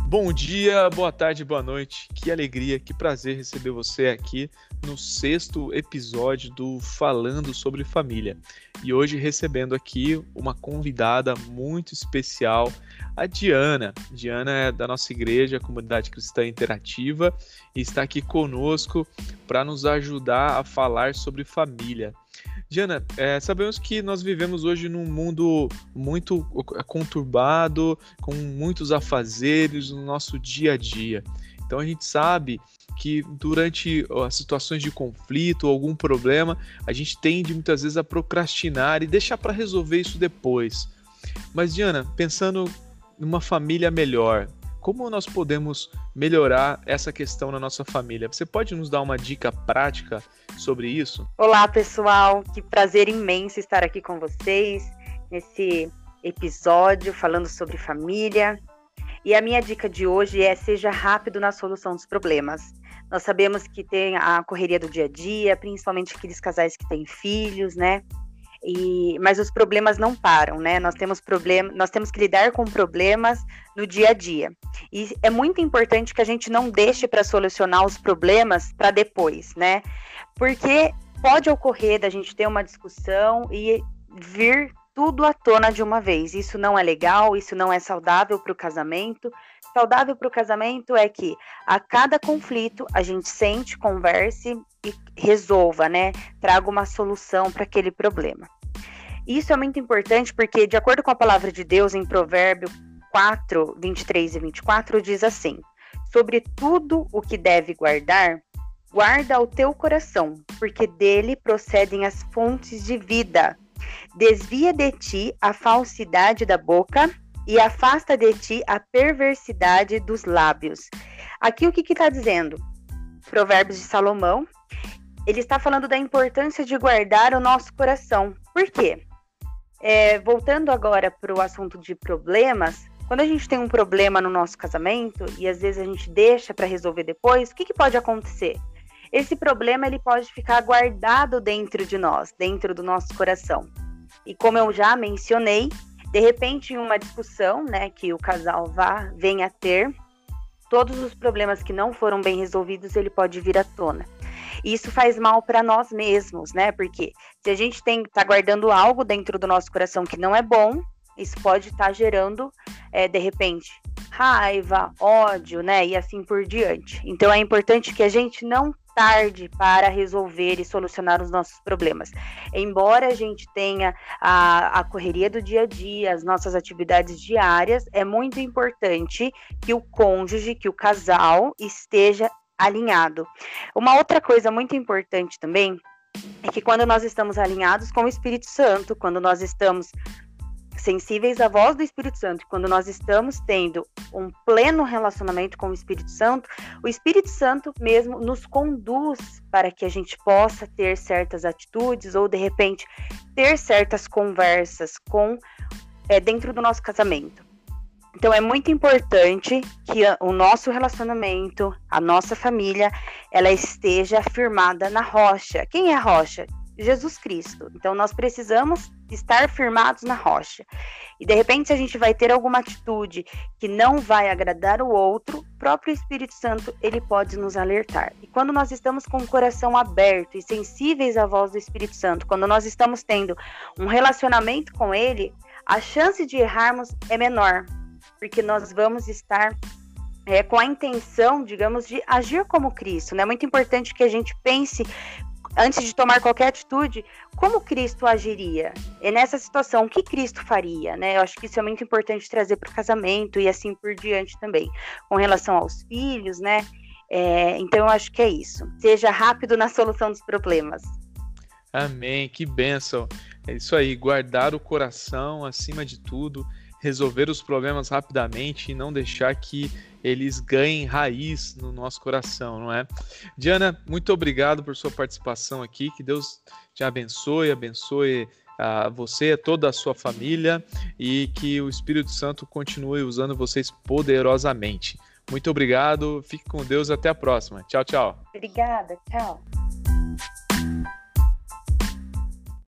Bom dia, boa tarde, boa noite. Que alegria, que prazer receber você aqui no 6º episódio do Falando sobre Família. E hoje recebendo aqui uma convidada muito especial, a Diana. Diana é da nossa igreja, Comunidade Cristã Interativa, e está aqui conosco para nos ajudar a falar sobre família. Diana, sabemos que nós vivemos hoje num mundo muito conturbado, com muitos afazeres no nosso dia a dia. Então a gente sabe que durante as situações de conflito ou algum problema, a gente tende muitas vezes a procrastinar e deixar para resolver isso depois. Mas Diana, pensando numa família melhor, como nós podemos melhorar essa questão na nossa família? Você pode nos dar uma dica prática sobre isso? Olá, pessoal. Que prazer imenso estar aqui com vocês nesse episódio falando sobre família. E a minha dica de hoje é: seja rápido na solução dos problemas. Nós sabemos que tem a correria do dia a dia, principalmente aqueles casais que têm filhos, né? Mas os problemas não param, né? Nós temos que lidar com problemas no dia a dia. E é muito importante que a gente não deixe para solucionar os problemas para depois, né? Porque pode ocorrer da gente ter uma discussão e vir tudo à tona de uma vez. Isso não é legal, isso não é saudável para o casamento. Saudável para o casamento é que a cada conflito a gente sente, converse e resolva, né? Traga uma solução para aquele problema. Isso é muito importante porque, de acordo com a palavra de Deus, em Provérbios 4, 23 e 24, diz assim: sobre tudo o que deve guardar, guarda o teu coração, porque dele procedem as fontes de vida. Desvia de ti a falsidade da boca e afasta de ti a perversidade dos lábios. Aqui o que está dizendo? Provérbios de Salomão. Ele está falando da importância de guardar o nosso coração. Por quê? Voltando agora para o assunto de problemas, quando a gente tem um problema no nosso casamento e às vezes a gente deixa para resolver depois, o que pode acontecer? Esse problema ele pode ficar guardado dentro de nós, dentro do nosso coração. E como eu já mencionei, de repente em uma discussão, né, que o casal venha a ter, todos os problemas que não foram bem resolvidos, ele pode vir à tona. E isso faz mal para nós mesmos, né? Porque se a gente tá guardando algo dentro do nosso coração que não é bom, isso pode estar gerando, de repente, raiva, ódio, né? E assim por diante. Então é importante que a gente não tarde para resolver e solucionar os nossos problemas. Embora a gente tenha a correria do dia a dia, as nossas atividades diárias, é muito importante que o cônjuge, que o casal esteja alinhado. Uma outra coisa muito importante também é que quando nós estamos alinhados com o Espírito Santo, quando nós estamos sensíveis à voz do Espírito Santo, quando nós estamos tendo um pleno relacionamento com o Espírito Santo mesmo nos conduz para que a gente possa ter certas atitudes ou de repente ter certas conversas dentro do nosso casamento. Então é muito importante que o nosso relacionamento, a nossa família, ela esteja firmada na rocha. Quem é a rocha? Jesus Cristo. Então nós precisamos estar firmados na rocha. E de repente, se a gente vai ter alguma atitude que não vai agradar o outro, o próprio Espírito Santo, ele pode nos alertar. E quando nós estamos com o coração aberto e sensíveis à voz do Espírito Santo, quando nós estamos tendo um relacionamento com ele, a chance de errarmos é menor, porque nós vamos estar com a intenção, digamos, de agir como Cristo, né? É muito importante que a gente pense, antes de tomar qualquer atitude, como Cristo agiria? E nessa situação, o que Cristo faria, né? Eu acho que isso é muito importante trazer para o casamento e assim por diante também, com relação aos filhos, né? Então, eu acho que é isso. Seja rápido na solução dos problemas. Amém, que bênção. É isso aí, guardar o coração acima de tudo, resolver os problemas rapidamente e não deixar que eles ganhem raiz no nosso coração, não é? Diana, muito obrigado por sua participação aqui, que Deus te abençoe a você, a toda a sua família e que o Espírito Santo continue usando vocês poderosamente. Muito obrigado, fique com Deus, até a próxima. Tchau, tchau. Obrigada, tchau.